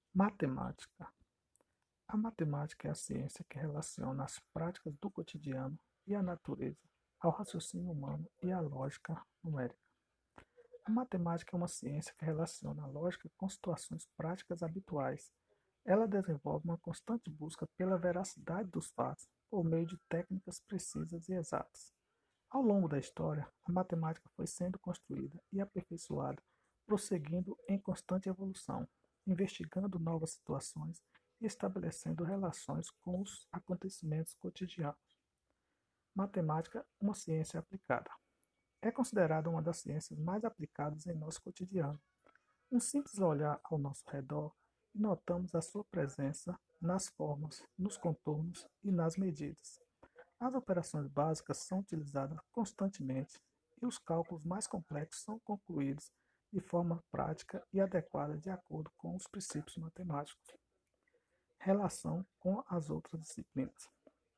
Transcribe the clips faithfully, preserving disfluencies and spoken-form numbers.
Matemática. A matemática é a ciência que relaciona as práticas do cotidiano e a natureza ao raciocínio humano e à lógica numérica. A matemática é uma ciência que relaciona a lógica com situações práticas habituais. Ela desenvolve uma constante busca pela veracidade dos fatos por meio de técnicas precisas e exatas. Ao longo da história, a matemática foi sendo construída e aperfeiçoada, prosseguindo em constante evolução, investigando novas situações e estabelecendo relações com os acontecimentos cotidianos. Matemática, uma ciência aplicada. É considerada uma das ciências mais aplicadas em nosso cotidiano. Um simples olhar ao nosso redor e notamos a sua presença nas formas, nos contornos e nas medidas. As operações básicas são utilizadas constantemente e os cálculos mais complexos são concluídos de forma prática e adequada de acordo com os princípios matemáticos. Relação com as outras disciplinas.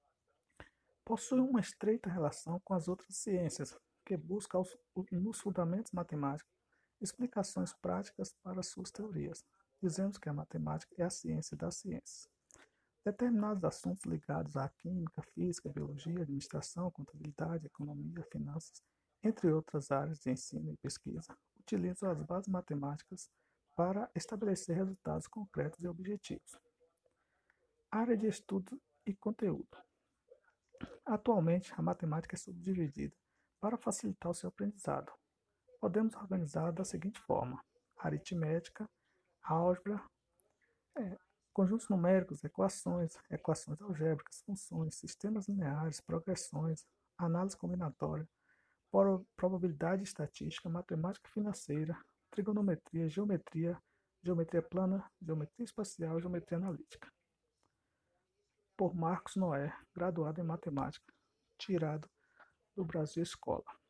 Possui uma estreita relação com as outras ciências, que busca os, nos fundamentos matemáticos explicações práticas para suas teorias. Dizemos que a matemática é a ciência das ciências. Determinados assuntos ligados à química, física, biologia, administração, contabilidade, economia, finanças, entre outras áreas de ensino e pesquisa, utilizam as bases matemáticas para estabelecer resultados concretos e objetivos. Área de estudo e conteúdo. Atualmente, a matemática é subdividida para facilitar o seu aprendizado. Podemos organizar da seguinte forma: aritmética, álgebra, é, conjuntos numéricos, equações, equações algébricas, funções, sistemas lineares, progressões, análise combinatória, probabilidade estatística, matemática financeira, trigonometria, geometria, geometria plana, geometria espacial e geometria analítica. Por Marcos Noé, graduado em matemática, tirado do Brasil Escola.